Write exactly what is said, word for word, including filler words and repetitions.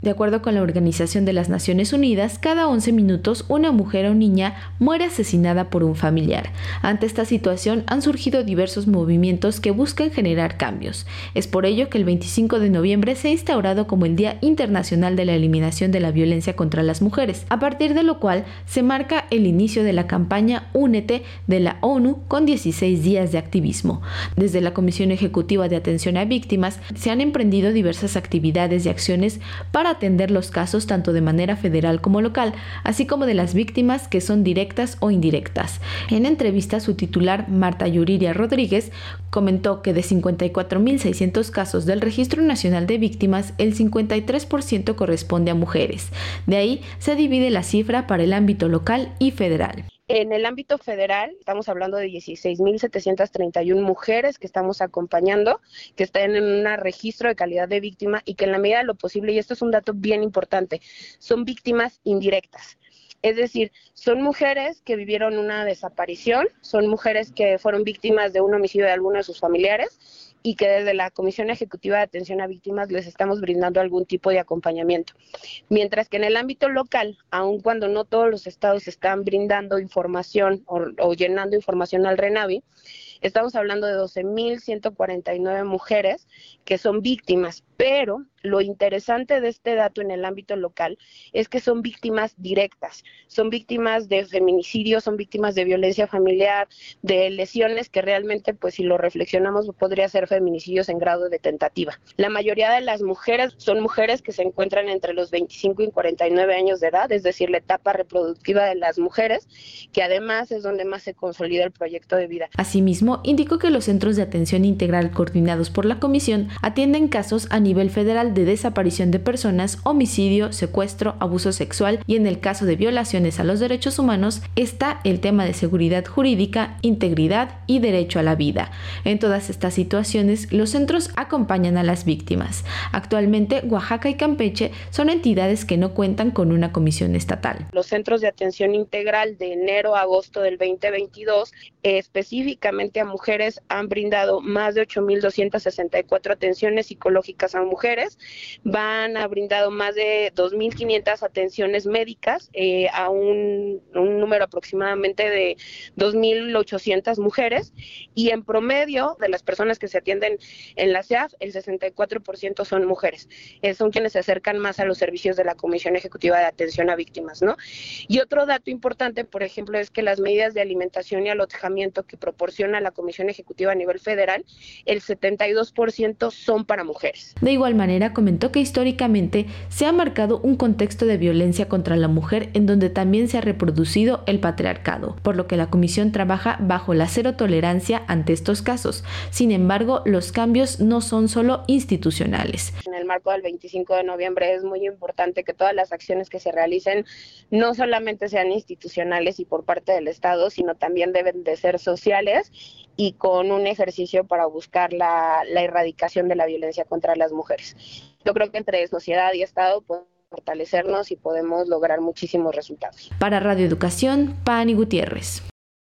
De acuerdo con la Organización de las Naciones Unidas, cada once minutos una mujer o niña muere asesinada por un familiar. Ante esta situación han surgido diversos movimientos que buscan generar cambios. Es por ello que el veinticinco de noviembre se ha instaurado como el Día Internacional de la Eliminación de la Violencia contra las Mujeres, a partir de lo cual se marca el inicio de la campaña Únete de la ONU con dieciséis días de activismo. Desde la Comisión Ejecutiva de Atención a Víctimas se han emprendido diversas actividades y acciones para atender los casos tanto de manera federal como local, así como de las víctimas que son directas o indirectas. En entrevista, su titular, Marta Yuriria Rodríguez, comentó que de cincuenta y cuatro mil seiscientos casos del Registro Nacional de Víctimas, el cincuenta y tres por ciento corresponde a mujeres. De ahí se divide la cifra para el ámbito local y federal. En el ámbito federal, estamos hablando de dieciséis mil setecientas treinta y una mujeres que estamos acompañando, que están en un registro de calidad de víctima y que en la medida de lo posible, y esto es un dato bien importante, son víctimas indirectas. Es decir, son mujeres que vivieron una desaparición, son mujeres que fueron víctimas de un homicidio de alguno de sus familiares y que desde la Comisión Ejecutiva de Atención a Víctimas les estamos brindando algún tipo de acompañamiento. Mientras que en el ámbito local, aun cuando no todos los estados están brindando información o, o llenando información al RENAVI, estamos hablando de doce mil ciento cuarenta y nueve mujeres que son víctimas, pero lo interesante de este dato en el ámbito local es que son víctimas directas, son víctimas de feminicidio, son víctimas de violencia familiar, de lesiones que realmente, pues si lo reflexionamos, podría ser feminicidios en grado de tentativa. La mayoría de las mujeres son mujeres que se encuentran entre los veinticinco y cuarenta y nueve años de edad, es decir, la etapa reproductiva de las mujeres, que además es donde más se consolida el proyecto de vida. Asimismo, indicó que los centros de atención integral coordinados por la Comisión atienden casos a nivel federal de desaparición de personas, homicidio, secuestro, abuso sexual y en el caso de violaciones a los derechos humanos está el tema de seguridad jurídica, integridad y derecho a la vida. En todas estas situaciones, los centros acompañan a las víctimas. Actualmente, Oaxaca y Campeche son entidades que no cuentan con una comisión estatal. Los centros de atención integral de enero a agosto del veinte veintidós, eh, específicamente a mujeres, han brindado más de ocho mil doscientas sesenta y cuatro atenciones psicológicas a mujeres, van a brindado más de dos mil quinientas atenciones médicas eh, a un, un número aproximadamente de dos mil ochocientas mujeres, y en promedio de las personas que se atienden en la C E A F, el sesenta y cuatro por ciento son mujeres. Eh, son quienes se acercan más a los servicios de la Comisión Ejecutiva de Atención a Víctimas, ¿no? Y otro dato importante, por ejemplo, es que las medidas de alimentación y alojamiento que proporciona la Comisión Ejecutiva a nivel federal, el setenta y dos por ciento son para mujeres. De igual manera, comentó que históricamente se ha marcado un contexto de violencia contra la mujer en donde también se ha reproducido el patriarcado, por lo que la Comisión trabaja bajo la cero tolerancia ante estos casos. Sin embargo, los cambios no son solo institucionales. En el marco del veinticinco de noviembre es muy importante que todas las acciones que se realicen no solamente sean institucionales y por parte del Estado, sino también deben de ser sociales y con un ejercicio para buscar la, la erradicación de la violencia contra las mujeres. Yo creo que entre sociedad y Estado podemos fortalecernos y podemos lograr muchísimos resultados. Para Radio Educación, Pani Gutiérrez.